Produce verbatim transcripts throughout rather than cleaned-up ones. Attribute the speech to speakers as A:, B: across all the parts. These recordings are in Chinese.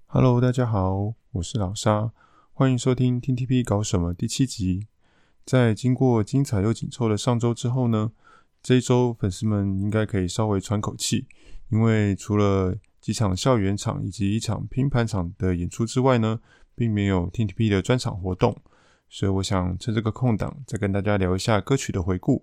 A: Hello， 大家好，我是老沙，欢迎收听 T T P 搞什么第七集。在经过精彩又紧凑的上周之后呢，这一周粉丝们应该可以稍微喘口气，因为除了几场校园场以及一场拼盘场的演出之外呢，并没有 T T P 的专场活动，所以我想趁这个空档再跟大家聊一下歌曲的回顾。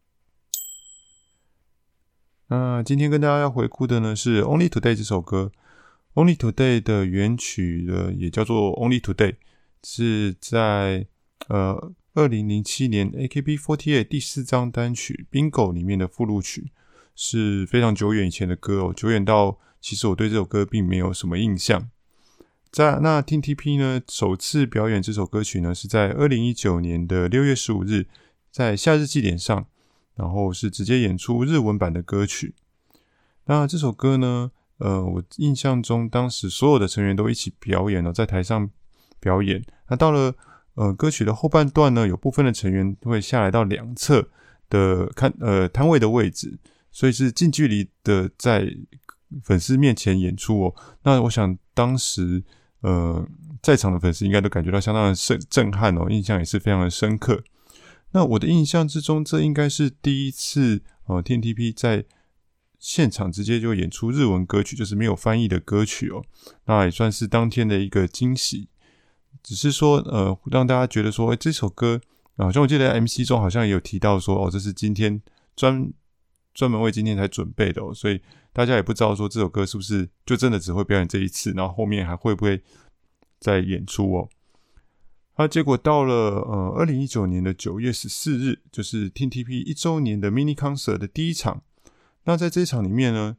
A: 那今天跟大家要回顾的呢是 Only Today 这首歌。Only Today 的原曲呢也叫做 Only Today， 是在呃二零零七年 A K B 四十八 第四张单曲 Bingo 里面的附录曲，是非常久远以前的歌哦，久远到其实我对这首歌并没有什么印象。在那 T T P 呢首次表演这首歌曲呢是在二零一九年的六月十五日，在夏日祭典上，然后是直接演出日文版的歌曲。那这首歌呢呃，我印象中当时所有的成员都一起表演了，在台上表演。那到了呃歌曲的后半段呢，有部分的成员会下来到两侧的看呃摊位的位置，所以是近距离的在粉丝面前演出哦。那我想当时呃在场的粉丝应该都感觉到相当的震撼哦，印象也是非常的深刻。那我的印象之中，这应该是第一次呃 T T P 在现场直接就演出日文歌曲，就是没有翻译的歌曲哦，那也算是当天的一个惊喜。只是说，呃，让大家觉得说，欸、这首歌，好像我记得在 M C 中好像也有提到说，哦，这是今天专专门为今天才准备的哦，所以大家也不知道说这首歌是不是就真的只会表演这一次，然后后面还会不会再演出哦。那结果到了呃二零一九年的九月十四日，就是 T T P 一周年的 mini concert 的第一场。那在这一场里面呢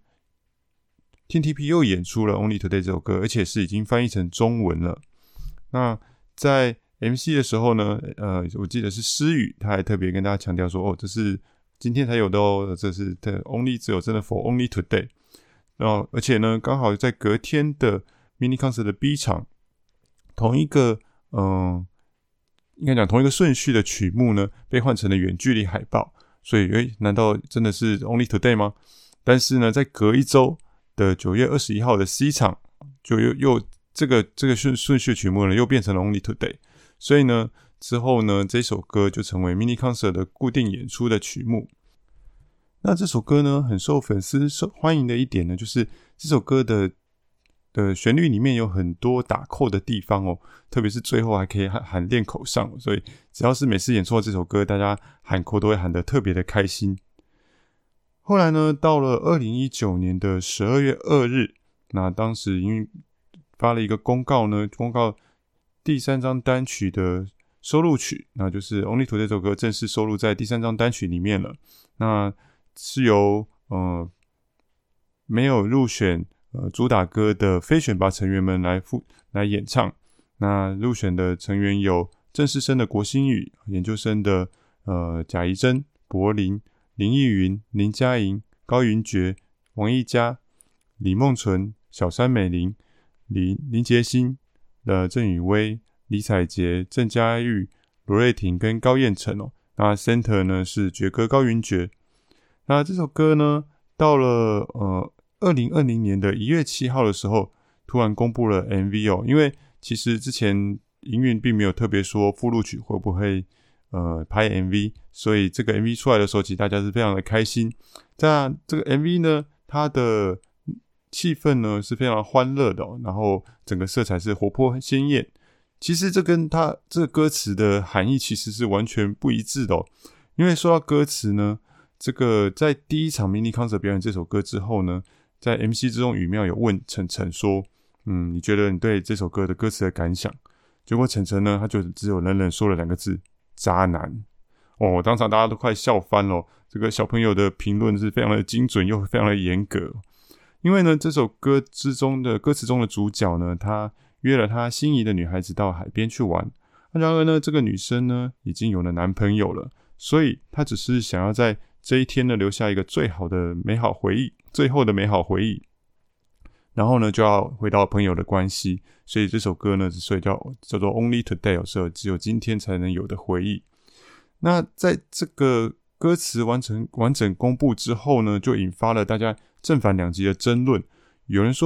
A: T T P 又演出了 Only Today 这首歌，而且是已经翻译成中文了。那在 M C 的时候呢呃，我记得是诗雨，他还特别跟大家强调说，哦，这是今天才有的哦，这是 Only 只有真的 for Only Today。然后而且呢刚好在隔天的 mini concert 的 B 场，同一个嗯、呃，应该讲同一个顺序的曲目呢被换成了远距离海报，所以诶，难道真的是 Only Today 吗？但是呢在隔一周的九月二十一号的 C 场，就又又这个这个顺顺序曲目呢又变成了 Only Today， 所以呢之后呢这首歌就成为 mini concert 的固定演出的曲目。那这首歌呢很受粉丝欢迎的一点呢，就是这首歌的的旋律里面有很多打扣的地方哦，特别是最后还可以喊喊练口上，所以只要是每次演出这首歌，大家喊扣都会喊得特别的开心。后来呢到了二零一九年的十二月二日，那当时因为发了一个公告呢，公告第三张单曲的收录曲，那就是 Only Today 这首歌正式收录在第三张单曲里面了。那是由呃没有入选呃主打歌的非选拔成员们来复来演唱。那入选的成员有正式生的国兴宇，研究生的呃贾怡珍、柏林、林奕云、林嘉莹、高云珏、王艺嘉、李梦纯、小山美玲、林林杰欣的郑宇威、李彩洁、郑嘉玉、罗瑞婷跟高彦成哦。那 center 呢是爵哥高云珏。那这首歌呢到了呃二零二零年的一月七号的时候，突然公布了 M V 哦，因为其实之前营运并没有特别说附录曲会不会呃拍 M V， 所以这个 M V 出来的时候，其实大家是非常的开心。在这个 M V 呢，它的气氛呢是非常欢乐的哦，然后整个色彩是活泼鲜艳。其实这跟它这个歌词的含义其实是完全不一致的哦，因为说到歌词呢，这个在第一场 mini concert 表演这首歌之后呢，在 M C 之中，雨妙有问晨晨说，嗯，你觉得你对这首歌的歌词的感想？结果晨晨呢，他就只有冷冷说了两个字：渣男。哦，当场大家都快笑翻了。这个小朋友的评论是非常的精准又非常的严格，因为呢，这首歌之中的歌词中的主角呢，他约了他心仪的女孩子到海边去玩。然而呢，这个女生呢已经有了男朋友了，所以他只是想要在这一天呢留下一个最好的美好回忆，最后的美好回忆。然后呢就要回到朋友的关系，所以这首歌呢之所以叫叫做 Only Today， 是只有今天才能有的回忆。那在这个歌词完成完整公布之后呢，就引发了大家正反两极的争论。有人说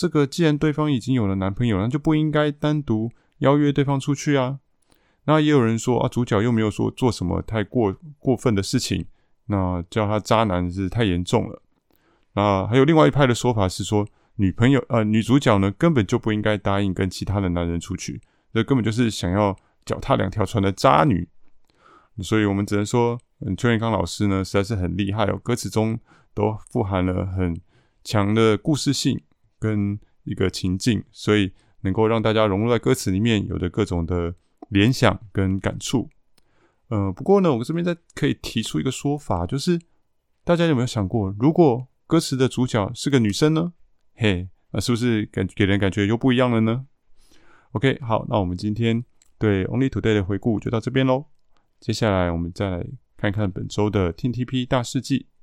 A: 这个既然对方已经有了男朋友，那就不应该单独邀约对方出去啊。那也有人说啊，主角又没有说做什么太过过分的事情，那叫他渣男是太严重了。那还有另外一派的说法是说，女朋友呃女主角呢根本就不应该答应跟其他的男人出去，这根本就是想要脚踏两条船的渣女。所以我们只能说，嗯，邱元康老师呢实在是很厉害哦，歌词中都富含了很强的故事性跟一个情境，所以能够让大家融入在歌词里面，有的各种的联想跟感触。呃，不过呢，我这边再可以提出一个说法，就是大家有没有想过，如果歌词的主角是个女生呢？嘿，那是不是感给人感觉又不一样了呢 ？OK， 好，那我们今天对 Only Today 的回顾就到这边咯。接下来我们再来看看本周的 T T P 大事记。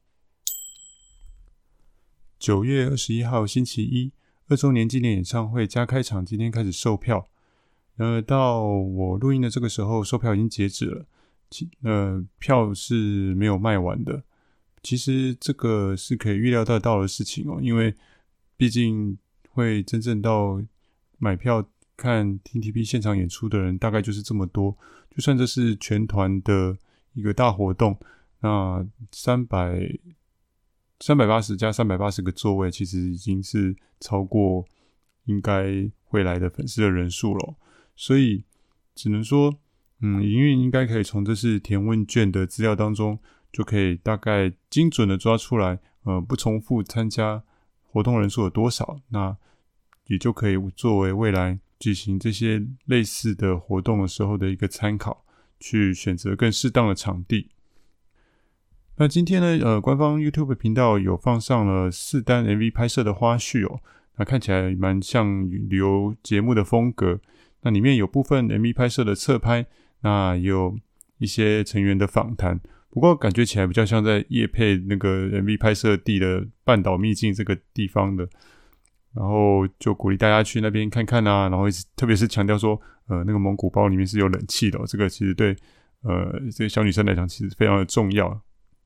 A: 九月二十一号星期一，二周年纪念演唱会加开场今天开始售票。然而到我录音的这个时候，售票已经截止了，呃，票是没有卖完的。其实这个是可以预料得到的事情哦，因为毕竟会真正到买票看 T T P 现场演出的人大概就是这么多，就算这是全团的一个大活动，那三百三百八十加三百八十个座位，其实已经是超过应该会来的粉丝的人数了，所以只能说，嗯，营运应该可以从这次填问卷的资料当中，就可以大概精准的抓出来，呃，不重复参加活动人数有多少，那也就可以作为未来举行这些类似的活动的时候的一个参考，去选择更适当的场地。那今天呢，呃，官方 YouTube 频道有放上了四单 M V 拍摄的花絮哦，那看起来蛮像旅游节目的风格。那里面有部分 M V 拍摄的侧拍，那也有一些成员的访谈。不过感觉起来比较像在业配那个 M V 拍摄地的半岛秘境这个地方的，然后就鼓励大家去那边看看啊，然后特别是强调说，呃，那个蒙古包里面是有冷气的哦，这个其实对呃这个小女生来讲其实非常的重要。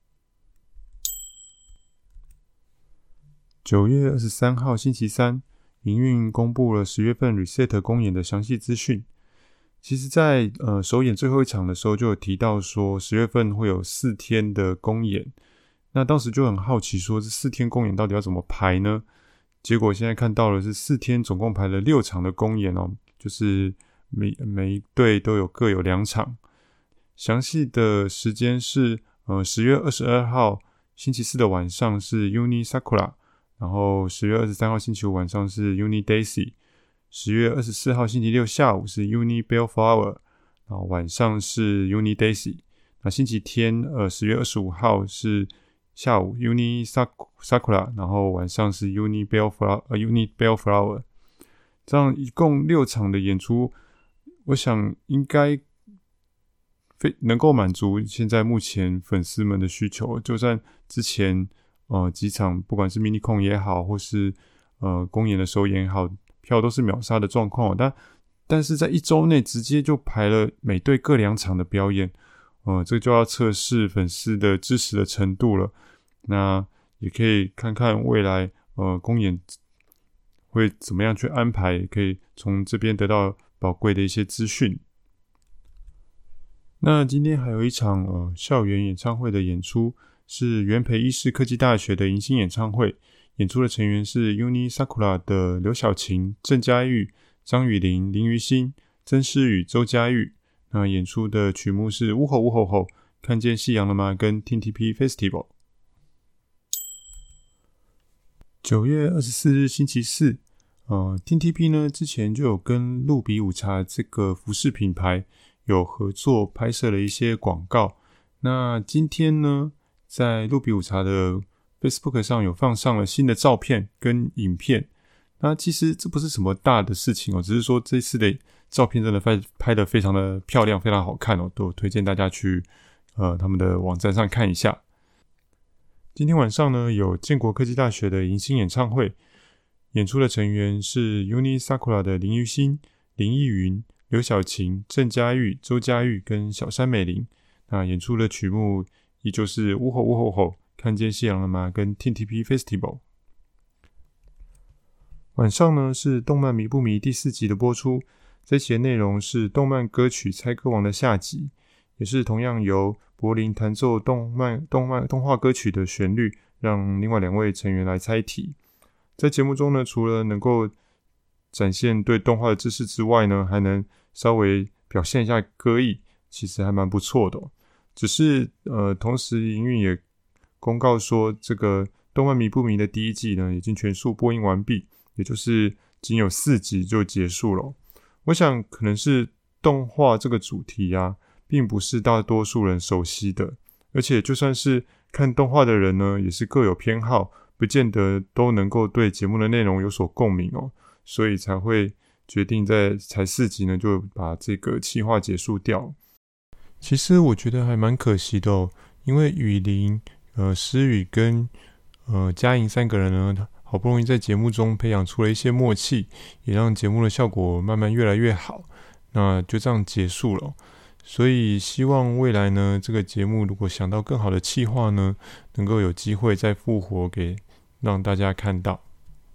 A: 九月二十三号星期三，营运公布了十月份 Reset 公演的详细资讯。其实在呃首演最后一场的时候就有提到说十月份会有四天的公演，那当时就很好奇说这四天公演到底要怎么排呢？结果现在看到了是四天总共排了六场的公演哦，就是每每一队都有各有两场。详细的时间是呃十月二十二号星期四的晚上是 Uni Sakura， 然后十月二十三号星期五晚上是 Uni Daisy，十月二十四号星期六下午是 Uni Bellflower， 然后晚上是 Uni Daisy。那星期天，呃，十月二十五号是下午 Uni Sakura， 然后晚上是 Uni Bellflower， 呃 Uni Bellflower。这样一共六场的演出，我想应该非能够满足现在目前粉丝们的需求。就算之前呃几场不管是 MiniCon 也好，或是呃公演的首演也好，票都是秒杀的状况，但但是在一周内直接就排了每队各两场的表演，呃，这就要测试粉丝的支持的程度了。那也可以看看未来呃公演会怎么样去安排，也可以从这边得到宝贵的一些资讯。那今天还有一场呃校园演唱会的演出，是元培医事科技大学的迎新演唱会。演出的成员是 Uni Sakura 的刘晓晴、郑嘉玉、张雨玲、林于欣、曾诗雨、周嘉玉。那演出的曲目是呜吼呜吼吼、看见夕阳了吗跟 T T P Festival。九月二十四日星期四，呃 T T P 呢之前就有跟露比午茶这个服饰品牌有合作拍摄了一些广告。那今天呢，在露比午茶的Facebook 上有放上了新的照片跟影片，那其实这不是什么大的事情哦，只是说这次的照片真的拍拍得非常的漂亮，非常好看哦，都推荐大家去呃他们的网站上看一下。今天晚上呢，有建国科技大学的迎新演唱会，演出的成员是 Uni Sakura 的林于欣、林依云、刘晓晴、郑嘉玉、周嘉玉跟小山美玲。那演出的曲目依旧是呜吼呜吼吼、看见夕阳了吗跟 T T P Festival。 晚上呢是动漫迷不迷第四集的播出，这期的内容是动漫歌曲猜歌王的下集，也是同样由柏林弹奏动漫动漫动画歌曲的旋律，让另外两位成员来猜题。在节目中呢，除了能够展现对动画的知识之外呢，还能稍微表现一下歌艺，其实还蛮不错的、哦。只是呃，同时营运也公告说，这个动漫迷不迷的第一季呢，已经全数播映完毕，也就是仅有四集就结束了、哦。我想可能是动画这个主题啊，并不是大多数人熟悉的，而且就算是看动画的人呢，也是各有偏好，不见得都能够对节目的内容有所共鸣哦，所以才会决定在才四集呢，就把这个企划结束掉。其实我觉得还蛮可惜的哦，因为雨林、呃诗雨跟呃嘉莹三个人呢，好不容易在节目中培养出了一些默契，也让节目的效果慢慢越来越好，那就这样结束了。所以希望未来呢，这个节目如果想到更好的企划呢，能够有机会再复活给让大家看到。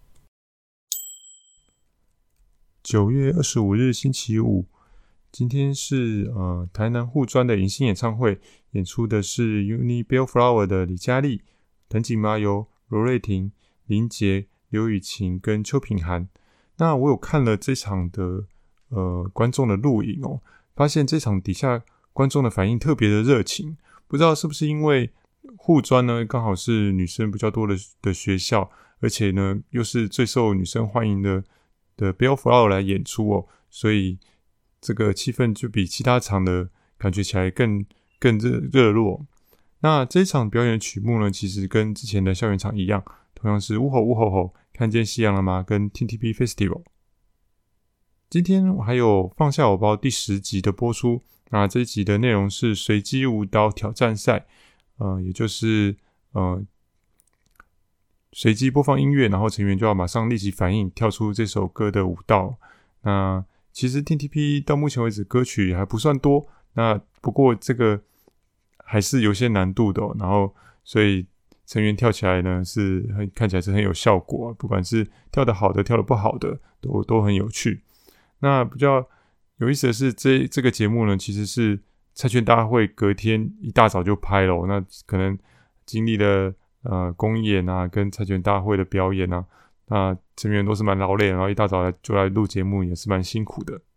A: 九月二十五日星期五，今天是呃台南护专的迎新演唱会，演出的是 Uni Bellflower 的李佳丽、藤井麻由、罗瑞婷、林杰、刘雨晴跟邱品涵。那我有看了这场的呃观众的录影哦，发现这场底下观众的反应特别的热情，不知道是不是因为护专呢刚好是女生比较多的的学校，而且呢又是最受女生欢迎的的 Bellflower 来演出哦，所以这个气氛就比其他场的感觉起来更更热热络。那这一场表演的曲目呢，其实跟之前的校园场一样，同样是呜吼呜吼吼，看见夕阳了吗？跟 T T P Festival。今天我还有放下我包第十集的播出，那这一集的内容是随机舞蹈挑战赛，呃，也就是呃随机播放音乐，然后成员就要马上立即反应，跳出这首歌的舞蹈。那其实 T T P 到目前为止歌曲还不算多，那不过这个还是有些难度的、哦，然后所以成员跳起来呢是很看起来是很有效果、啊，不管是跳得好的跳得不好的都都很有趣。那比较有意思的是这这个节目呢，其实是猜拳大会隔天一大早就拍了、哦，那可能经历了呃公演啊跟猜拳大会的表演啊，那成员都是蛮劳累的，然后一大早就来录节目也是蛮辛苦的。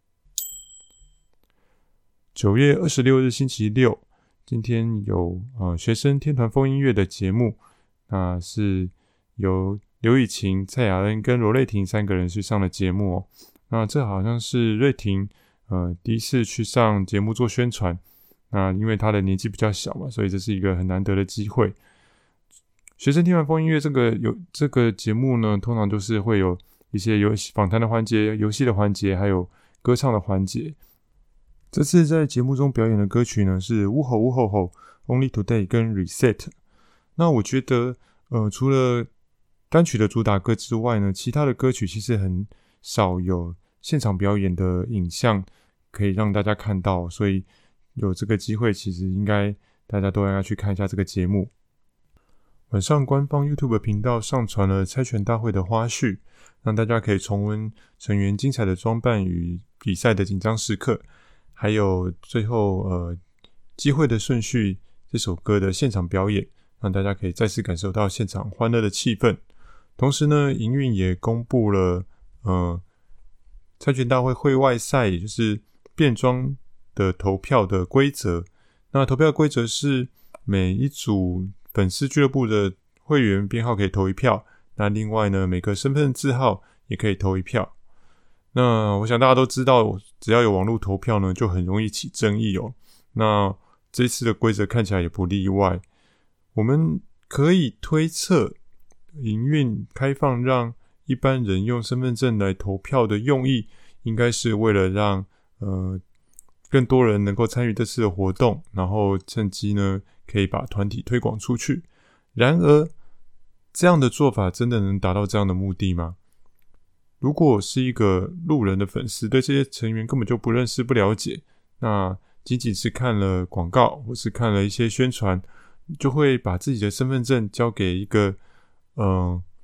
A: 九月二十六日星期六，今天有呃学生天团风音乐的节目，那是由刘以晴、蔡雅恩跟罗瑞婷三个人去上的节目哦。那这好像是瑞婷呃第一次去上节目做宣传，那因为她的年纪比较小嘛，所以这是一个很难得的机会。学生听完风音乐这个有这个节目呢，通常就是会有一些游戏访谈的环节、游戏的环节，还有歌唱的环节。这次在节目中表演的歌曲呢是呜吼呜吼吼、Only Today 跟 Reset。那我觉得呃除了单曲的主打歌之外呢，其他的歌曲其实很少有现场表演的影像可以让大家看到，所以有这个机会，其实应该大家都要去看一下这个节目。晚上官方 YouTube 频道上传了猜拳大会的花絮，让大家可以重温成员精彩的装扮与比赛的紧张时刻，还有最后呃机会的顺序这首歌的现场表演，让大家可以再次感受到现场欢乐的气氛。同时呢，营运也公布了呃猜拳大会会外赛，也就是变装的投票的规则。那投票的规则是每一组粉丝俱乐部的会员编号可以投一票，那另外呢，每个身份字号也可以投一票。那我想大家都知道，只要有网络投票呢，就很容易起争议哦。那这次的规则看起来也不例外。我们可以推测，营运开放让一般人用身份证来投票的用意，应该是为了让呃更多人能够参与这次的活动，然后趁机呢可以把团体推广出去。然而，这样的做法真的能达到这样的目的吗？如果是一个路人的粉丝，对这些成员根本就不认识不了解，那仅仅是看了广告或是看了一些宣传，就会把自己的身份证交给一个呃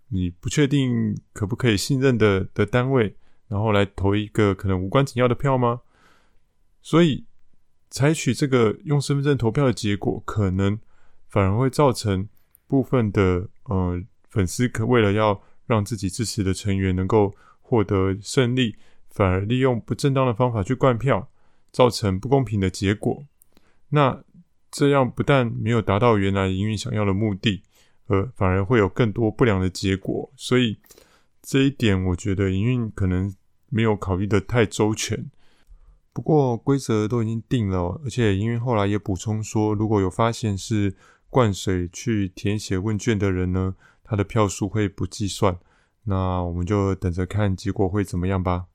A: 你不确定可不可以信任的的单位，然后来投一个可能无关紧要的票吗？所以采取这个用身份证投票的结果，可能反而会造成部分的呃粉丝可为了要让自己支持的成员能够获得胜利，反而利用不正当的方法去灌票，造成不公平的结果。那这样不但没有达到原来营运想要的目的，而反而会有更多不良的结果。所以这一点我觉得营运可能没有考虑的太周全。不过规则都已经定了哦，而且营运后来也补充说，如果有发现是灌水去填写问卷的人呢，他的票数会不计算。那我们就等着看结果会怎么样吧。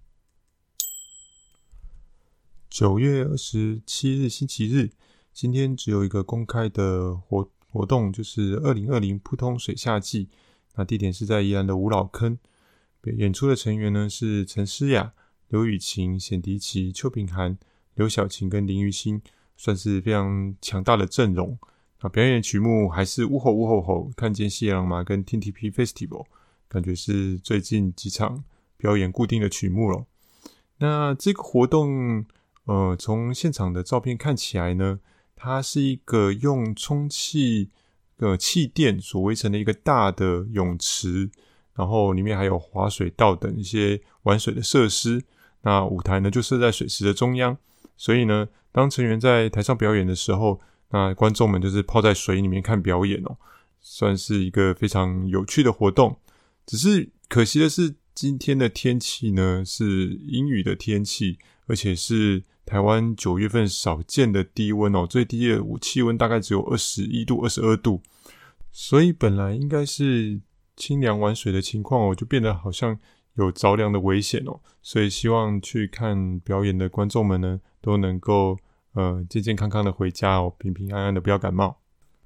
A: 九月二十七日星期日，今天只有一个公开的活活动，就是二零二零扑通水夏季。那地点是在宜兰的五老坑。演出的成员呢是陈诗雅、刘雨晴、显迪奇、邱品涵、刘晓晴跟林于欣，算是非常强大的阵容。那表演的曲目还是呜吼呜吼吼，看见夕阳嘛跟 T N T P Festival， 感觉是最近几场表演固定的曲目了。那这个活动呃，从现场的照片看起来呢，它是一个用充气呃气垫所围成的一个大的泳池，然后里面还有滑水道等一些玩水的设施。那舞台呢就设在水池的中央，所以呢，当成员在台上表演的时候，那观众们就是泡在水里面看表演哦，算是一个非常有趣的活动。只是可惜的是，今天的天气呢是阴雨的天气，而且是台湾九月份少见的低温哦，最低的气温大概只有二十一度、二十二度，所以本来应该是清凉玩水的情况哦，就变得好像有着凉的危险哦。所以希望去看表演的观众们呢，都能够呃健健康康的回家哦，平平安安的，不要感冒。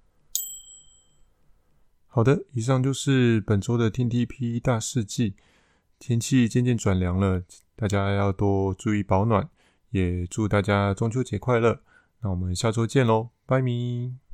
A: 好的，以上就是本周的 T N T P 大事记。天气渐渐转凉了，大家要多注意保暖，也祝大家中秋节快乐。那我们下周见咯，拜咪。